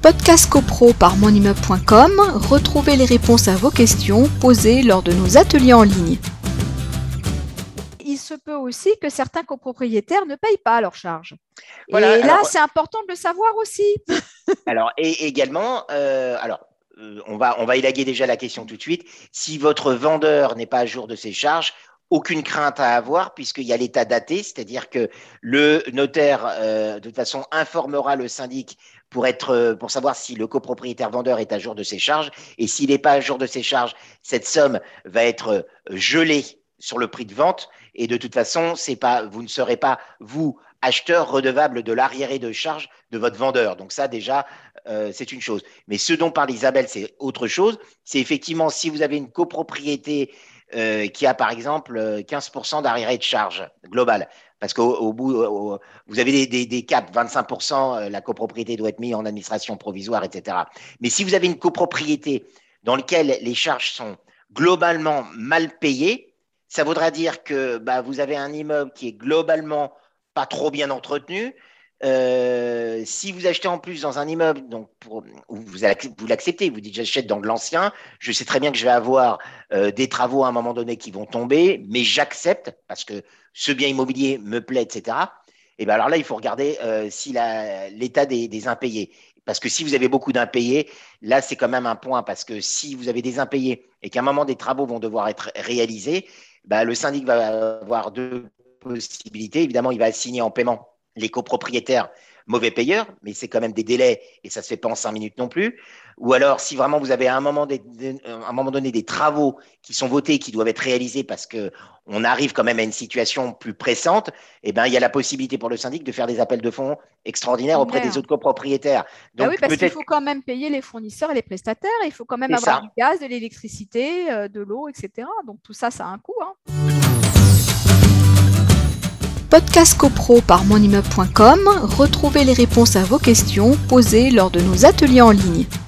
Podcast CoPro par monimmeuble.com, retrouvez les réponses à vos questions posées lors de nos ateliers en ligne. Il se peut aussi que certains copropriétaires ne payent pas leurs charges. Voilà, et là, alors, c'est important de le savoir aussi. alors et également, on va élaguer déjà la question tout de suite. Si votre vendeur n'est pas à jour de ses charges, aucune crainte à avoir puisqu'il y a l'état daté, c'est-à-dire que le notaire, de toute façon, informera le syndic pour savoir si le copropriétaire vendeur est à jour de ses charges. Et s'il n'est pas à jour de ses charges, cette somme va être gelée sur le prix de vente. Et de toute façon, vous ne serez pas, vous, acheteur, redevable de l'arriéré de charge de votre vendeur. Donc ça, déjà, c'est une chose. Mais ce dont parle Isabelle, c'est autre chose. C'est effectivement si vous avez une copropriété qui a par exemple 15% d'arriéré de charge global. Parce qu'au bout, vous avez des caps, 25%, la copropriété doit être mise en administration provisoire, etc. Mais si vous avez une copropriété dans laquelle les charges sont globalement mal payées, ça voudra dire que vous avez un immeuble qui est globalement pas trop bien entretenu. Si vous achetez en plus dans un immeuble, donc vous l'acceptez, vous dites j'achète dans de l'ancien, je sais très bien que je vais avoir des travaux à un moment donné qui vont tomber, mais j'accepte parce que ce bien immobilier me plaît, etc. Et bien alors là, il faut regarder si l'état des impayés. Parce que si vous avez beaucoup d'impayés, là, c'est quand même un point. Parce que si vous avez des impayés et qu'à un moment, des travaux vont devoir être réalisés, le syndic va avoir deux possibilités. Évidemment, il va assigner en paiement les copropriétaires mauvais payeurs, mais c'est quand même des délais et ça ne se fait pas en 5 minutes non plus. Ou alors, si vraiment vous avez à un moment donné des travaux qui sont votés et qui doivent être réalisés parce qu'on arrive quand même à une situation plus pressante, il y a la possibilité pour le syndic de faire des appels de fonds extraordinaires auprès des autres copropriétaires. Donc, oui, parce qu'il faut quand même payer les fournisseurs et les prestataires, il faut quand même avoir du gaz, de l'électricité, de l'eau, etc. Donc tout ça, ça a un coût. Podcast CoPro par monimmeuble.com, retrouvez les réponses à vos questions posées lors de nos ateliers en ligne.